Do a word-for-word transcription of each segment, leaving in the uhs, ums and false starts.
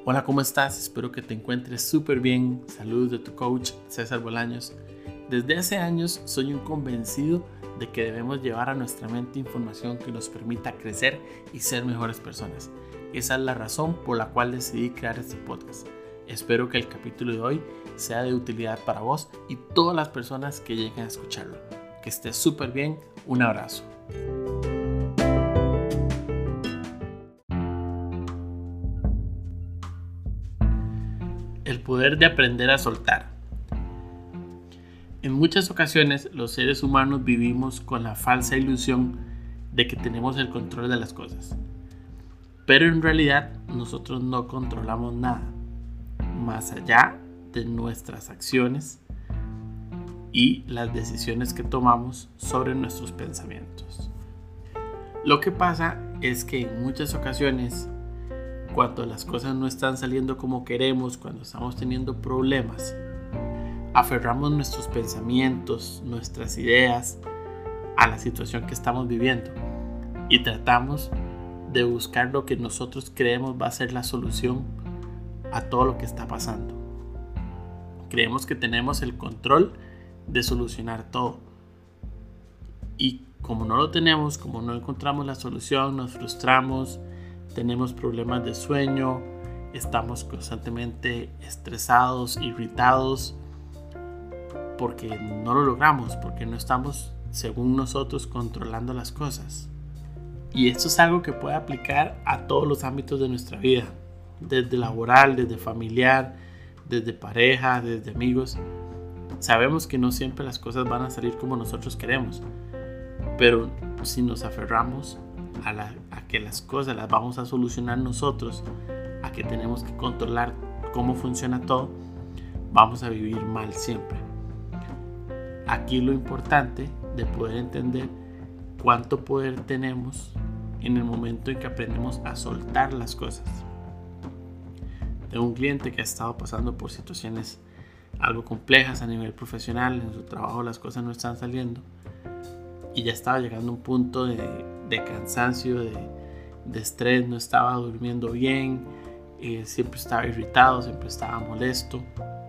Hola, ¿cómo estás? Espero que te encuentres súper bien. Saludos de tu coach César Bolaños. Desde hace años soy un convencido de que debemos llevar a nuestra mente información que nos permita crecer y ser mejores personas. Esa es la razón por la cual decidí crear este podcast. Espero que el capítulo de hoy sea de utilidad para vos y todas las personas que lleguen a escucharlo. Que estés súper bien. Un abrazo. El poder de aprender a soltar. En muchas ocasiones los seres humanos vivimos con la falsa ilusión de que tenemos el control de las cosas. Pero en realidad nosotros no controlamos nada, más allá de nuestras acciones y las decisiones que tomamos sobre nuestros pensamientos. Lo que pasa es que en muchas ocasiones, cuando las cosas no están saliendo como queremos, cuando estamos teniendo problemas, aferramos nuestros pensamientos, nuestras ideas a la situación que estamos viviendo y tratamos de buscar lo que nosotros creemos va a ser la solución a todo lo que está pasando. Creemos que tenemos el control de solucionar todo y como no lo tenemos, como no encontramos la solución, nos frustramos, tenemos problemas de sueño, estamos constantemente estresados, irritados, porque no lo logramos, porque no estamos, según nosotros, controlando las cosas. Y esto es algo que puede aplicar a todos los ámbitos de nuestra vida, desde laboral, desde familiar, desde pareja, desde amigos. Sabemos que no siempre las cosas van a salir como nosotros queremos, pero si nos aferramos a, la, a que las cosas las vamos a solucionar nosotros, a que tenemos que controlar cómo funciona todo, vamos a vivir mal siempre. Aquí lo importante de poder entender cuánto poder tenemos en el momento en que aprendemos a soltar las cosas. Tengo un cliente que ha estado pasando por situaciones algo complejas a nivel profesional, en su trabajo las cosas no están saliendo y ya estaba llegando a un punto de, de cansancio, de, de estrés, no estaba durmiendo bien, eh, siempre estaba irritado, siempre estaba molesto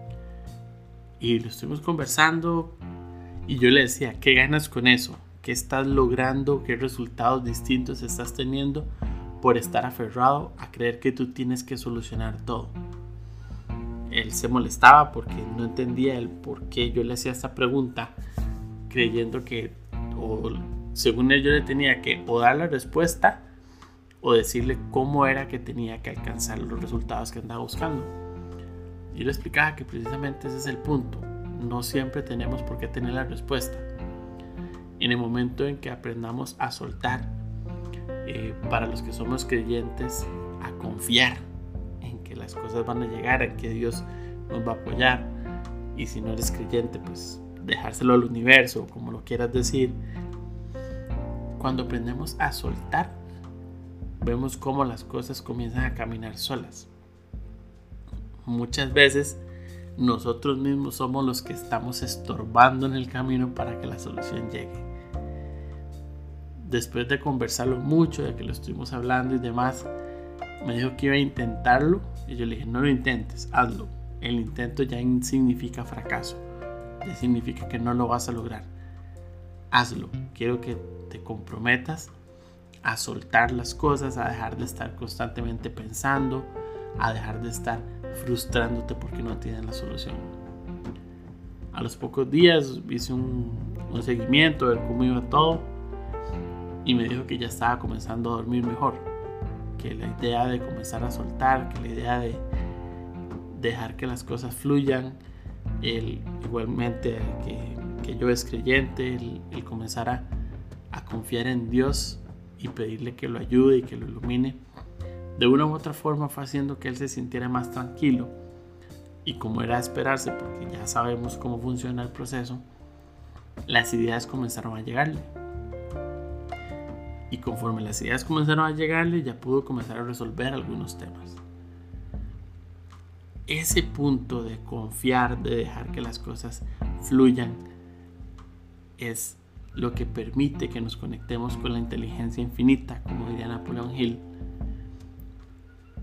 y lo estuvimos conversando. Y yo le decía, ¿qué ganas con eso? ¿Qué estás logrando? ¿Qué resultados distintos estás teniendo por estar aferrado a creer que tú tienes que solucionar todo? Él se molestaba porque no entendía el por qué yo le hacía esta pregunta, creyendo que, o según él, yo le tenía que o dar la respuesta o decirle cómo era que tenía que alcanzar los resultados que andaba buscando. Y le explicaba que precisamente ese es el punto. No siempre tenemos por qué tener la respuesta. En el momento en que aprendamos a soltar, eh, para los que somos creyentes, a confiar en que las cosas van a llegar, en que Dios nos va a apoyar, y si no eres creyente, pues dejárselo al universo, como lo quieras decir. Cuando aprendemos a soltar, vemos cómo las cosas comienzan a caminar solas. Muchas veces nosotros mismos somos los que estamos estorbando en el camino para que la solución llegue. Después de conversarlo mucho, de que lo estuvimos hablando y demás, me dijo que iba a intentarlo y yo le dije, no lo intentes, hazlo. El intento ya significa fracaso, ya significa que no lo vas a lograr. Hazlo. Quiero que te comprometas a soltar las cosas, a dejar de estar constantemente pensando, a dejar de estar frustrándote porque no tienes la solución. A los pocos días hice un, un seguimiento de cómo iba todo y me dijo que ya estaba comenzando a dormir mejor, que la idea de comenzar a soltar, que la idea de dejar que las cosas fluyan, el, igualmente que, que yo es creyente, el, el comenzar a, a confiar en Dios y pedirle que lo ayude y que lo ilumine, de una u otra forma fue haciendo que él se sintiera más tranquilo. Y como era de esperarse, porque ya sabemos cómo funciona el proceso, las ideas comenzaron a llegarle. Y conforme las ideas comenzaron a llegarle, ya pudo comenzar a resolver algunos temas. Ese punto de confiar, de dejar que las cosas fluyan, es lo que permite que nos conectemos con la inteligencia infinita, como diría Napoleón Hill.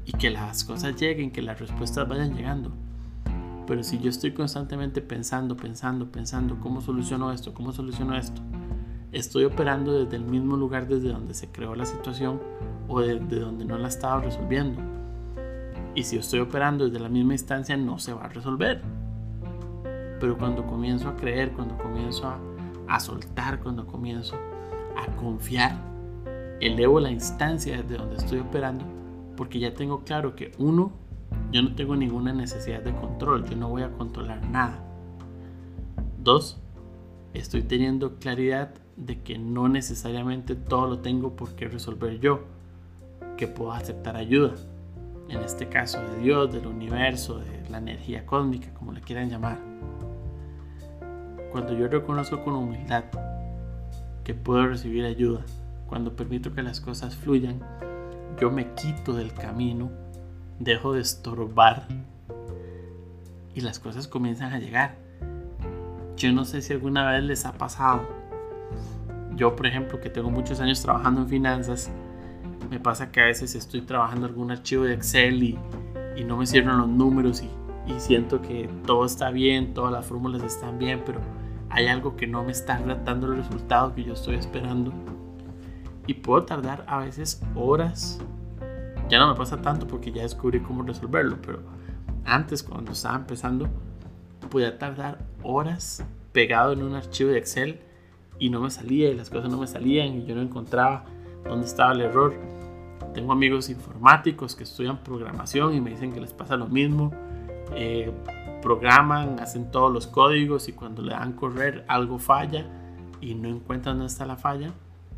y que las cosas lleguen, que las respuestas vayan llegando. Pero si yo estoy constantemente pensando, pensando, pensando, ¿cómo soluciono esto? ¿Cómo soluciono esto? Estoy operando desde el mismo lugar desde donde se creó la situación o desde donde no la estaba resolviendo. Y si estoy operando desde la misma instancia, no se va a resolver. Pero cuando comienzo a creer, cuando comienzo a, a soltar, cuando comienzo a confiar, elevo la instancia desde donde estoy operando, porque ya tengo claro que uno, yo no tengo ninguna necesidad de control, yo no voy a controlar nada. Dos, estoy teniendo claridad de que no necesariamente todo lo tengo por qué resolver yo, que puedo aceptar ayuda, en este caso de Dios, del universo, de la energía cósmica, como le quieran llamar. Cuando yo reconozco con humildad que puedo recibir ayuda, cuando permito que las cosas fluyan, yo me quito del camino, dejo de estorbar y las cosas comienzan a llegar. Yo no sé si alguna vez les ha pasado. Yo, por ejemplo, que tengo muchos años trabajando en finanzas, me pasa que a veces estoy trabajando algún archivo de Excel y, y no me cierran los números y, y siento que todo está bien, todas las fórmulas están bien, pero hay algo que no me está dando el resultado que yo estoy esperando. Y puedo tardar a veces horas. Ya no me pasa tanto porque ya descubrí cómo resolverlo, pero antes, cuando estaba empezando, podía tardar horas pegado en un archivo de Excel y no me salía, y las cosas no me salían y yo no encontraba dónde estaba el error. Tengo amigos informáticos que estudian programación y me dicen que les pasa lo mismo. Eh, programan, hacen todos los códigos y cuando le dan correr algo falla y no encuentran dónde está la falla.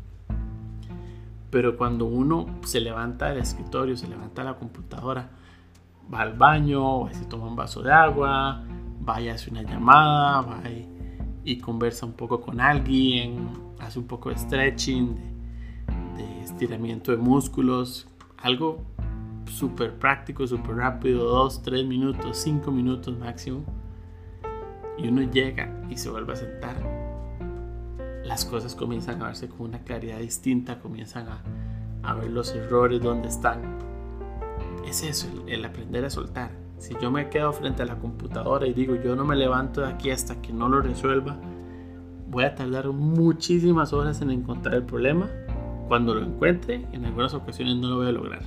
Pero cuando uno se levanta del escritorio, se levanta de la computadora, va al baño, va y se toma un vaso de agua, va y hace una llamada, va y, y conversa un poco con alguien, hace un poco de stretching, de, de estiramiento de músculos, algo súper práctico, súper rápido, dos, tres minutos, cinco minutos máximo, y uno llega y se vuelve a sentar. Las cosas comienzan a verse con una claridad distinta, comienzan a, a ver los errores donde están. Es eso, el, el aprender a soltar. Si yo me quedo frente a la computadora y digo yo no me levanto de aquí hasta que no lo resuelva, voy a tardar muchísimas horas en encontrar el problema. Cuando lo encuentre, en algunas ocasiones no lo voy a lograr.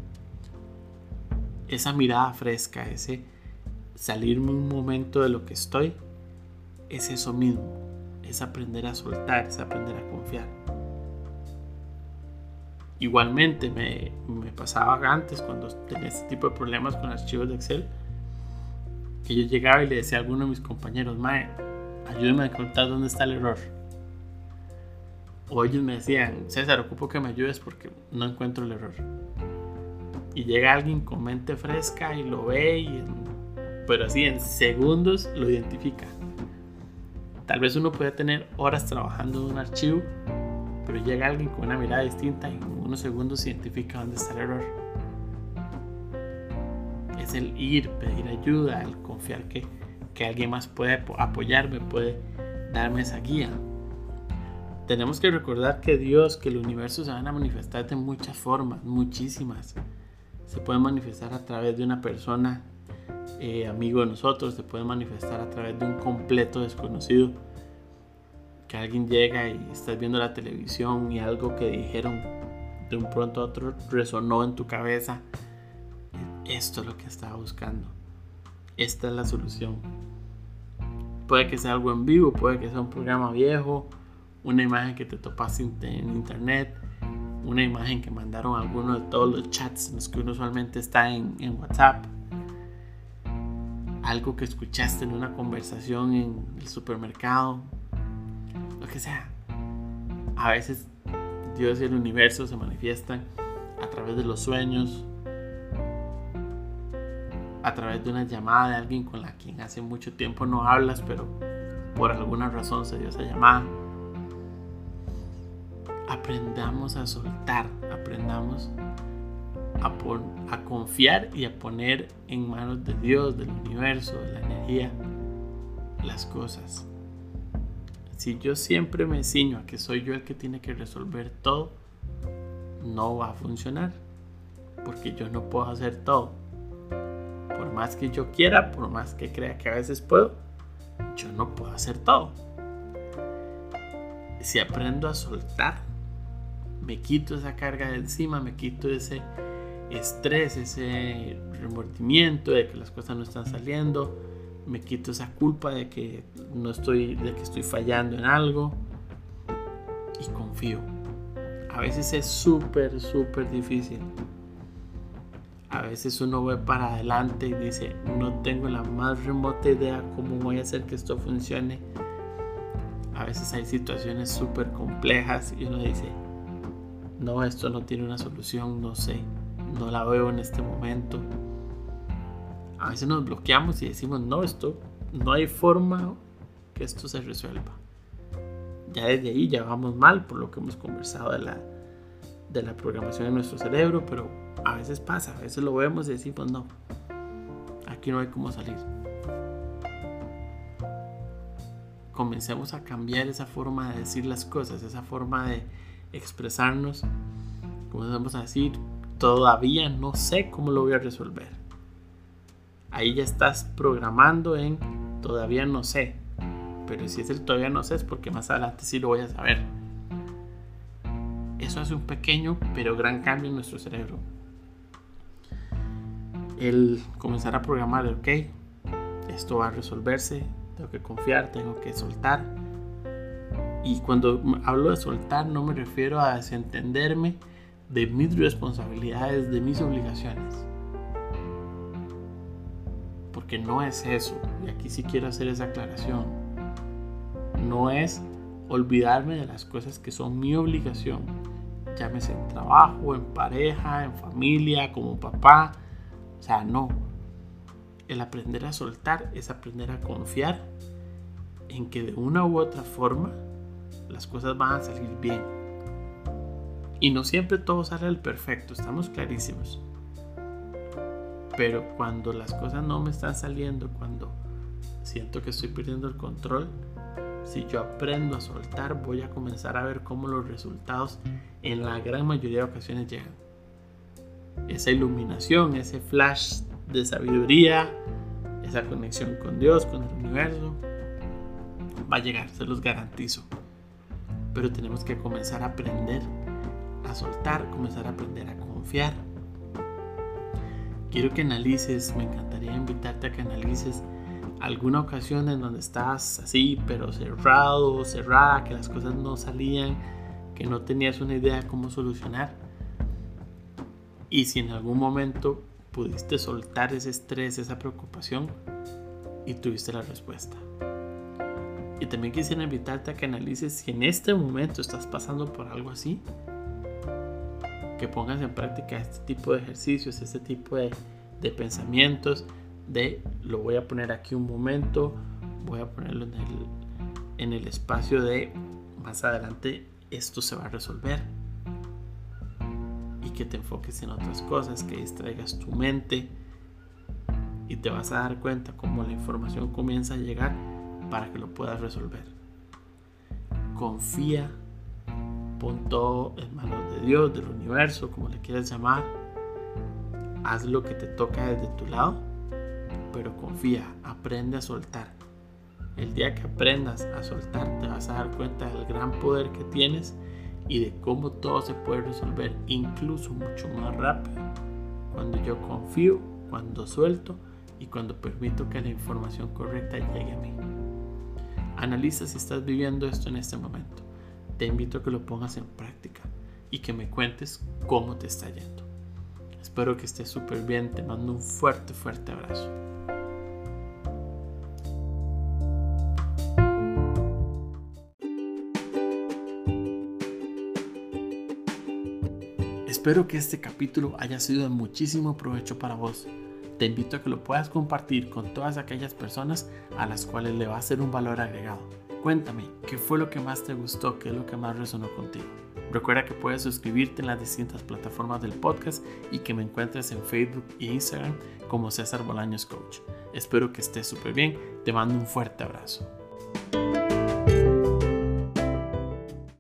Esa mirada fresca, ese salirme un momento de lo que estoy, es eso mismo. Es aprender a soltar, es aprender a confiar. Igualmente me, me pasaba antes cuando tenía este tipo de problemas con archivos de Excel, que yo llegaba y le decía a alguno de mis compañeros: Mae, ayúdeme a encontrar dónde está el error. O ellos me decían: César, ocupo que me ayudes porque no encuentro el error. Y llega alguien con mente fresca y lo ve, y en, pero así en segundos lo identifica. Tal vez uno puede tener horas trabajando en un archivo, pero llega alguien con una mirada distinta y en unos segundos identifica dónde está el error. Es el ir, pedir ayuda, el confiar que, que alguien más puede apoyarme, puede darme esa guía. Tenemos que recordar que Dios, que el universo se van a manifestar de muchas formas, muchísimas. Se puede manifestar a través de una persona Eh, amigo de nosotros, se puede manifestar a través de un completo desconocido, que alguien llega y estás viendo la televisión y algo que dijeron de un pronto a otro resonó en tu cabeza. Esto es lo que estaba buscando, esta es la solución. Puede que sea algo en vivo, puede que sea un programa viejo, una imagen que te topaste en internet, una imagen que mandaron alguno de todos los chats en los que uno usualmente está en, en WhatsApp, algo que escuchaste en una conversación en el supermercado, lo que sea. A veces Dios y el universo se manifiestan a través de los sueños, a través de una llamada de alguien con la quien hace mucho tiempo no hablas, pero por alguna razón se dio esa llamada. Aprendamos a soltar, aprendamos A, pon, a confiar y a poner en manos de Dios, del universo, de la energía, las cosas. Si yo siempre me ciño a que soy yo el que tiene que resolver todo, no va a funcionar. porque yo no puedo hacer todo. Por más que yo quiera, por más que crea que a veces puedo, yo no puedo hacer todo. Si aprendo a soltar, me quito esa carga de encima, me quito ese estrés, ese remordimiento de que las cosas no están saliendo, me quito esa culpa de que no estoy, de que estoy fallando en algo, y confío. A veces es súper, súper difícil. A veces uno ve para adelante y dice, no tengo la más remota idea cómo voy a hacer que esto funcione. A veces hay situaciones súper complejas y uno dice, no, esto no tiene una solución, no sé, no la veo en este momento. A veces nos bloqueamos y decimos, no, esto no hay forma que esto se resuelva. Ya desde ahí ya vamos mal por lo que hemos conversado de la, de la programación de nuestro cerebro, pero a veces pasa, a veces lo vemos y decimos, no, aquí no hay cómo salir. Comencemos a cambiar esa forma de decir las cosas, esa forma de expresarnos. Comencemos a decir, todavía no sé cómo lo voy a resolver. Ahí ya estás programando en todavía no sé. Pero si es el todavía no sé, es porque más adelante sí lo voy a saber. Eso hace un pequeño pero gran cambio en nuestro cerebro. El comenzar a programar, ok, esto va a resolverse, tengo que confiar, tengo que soltar. Y cuando hablo de soltar, no me refiero a desentenderme de mis responsabilidades, de mis obligaciones. Porque no es eso. Y aquí sí quiero hacer esa aclaración. No es olvidarme de las cosas que son mi obligación. Llámese en trabajo, en pareja, en familia, como papá. O sea, no. El aprender a soltar es aprender a confiar en que de una u otra forma las cosas van a salir bien. Y no siempre todo sale al perfecto, estamos clarísimos. Pero cuando las cosas no me están saliendo, cuando siento que estoy perdiendo el control, si yo aprendo a soltar, voy a comenzar a ver cómo los resultados en la gran mayoría de ocasiones llegan. Esa iluminación, ese flash de sabiduría, esa conexión con Dios, con el universo, va a llegar, se los garantizo. Pero tenemos que comenzar a aprender a soltar, comenzar a aprender a confiar. Quiero que analices, me encantaría invitarte a que analices alguna ocasión en donde estás así, pero cerrado o cerrada, que las cosas no salían, que no tenías una idea de cómo solucionar. Y si en algún momento pudiste soltar ese estrés, esa preocupación y tuviste la respuesta. Y también quisiera invitarte a que analices si en este momento estás pasando por algo así, que pongas en práctica este tipo de ejercicios, este tipo de, de pensamientos, de lo voy a poner aquí un momento, voy a ponerlo en el, en el espacio de más adelante esto se va a resolver. Y que te enfoques en otras cosas, que distraigas tu mente y te vas a dar cuenta cómo la información comienza a llegar para que lo puedas resolver. Confía, pon todo en manos de Dios, del universo, como le quieras llamar. Haz lo que te toca desde tu lado, pero confía, aprende a soltar. El día que aprendas a soltar, te vas a dar cuenta del gran poder que tienes y de cómo todo se puede resolver, incluso mucho más rápido, cuando yo confío, cuando suelto y cuando permito que la información correcta llegue a mí. Analiza si estás viviendo esto en este momento. Te invito a que lo pongas en práctica y que me cuentes cómo te está yendo. Espero que estés súper bien. Te mando un fuerte, fuerte abrazo. Espero que este capítulo haya sido de muchísimo provecho para vos. Te invito a que lo puedas compartir con todas aquellas personas a las cuales le va a ser un valor agregado. Cuéntame, ¿qué fue lo que más te gustó? ¿Qué es lo que más resonó contigo? Recuerda que puedes suscribirte en las distintas plataformas del podcast y que me encuentres en Facebook e Instagram como César Bolaños Coach. Espero que estés súper bien. Te mando un fuerte abrazo.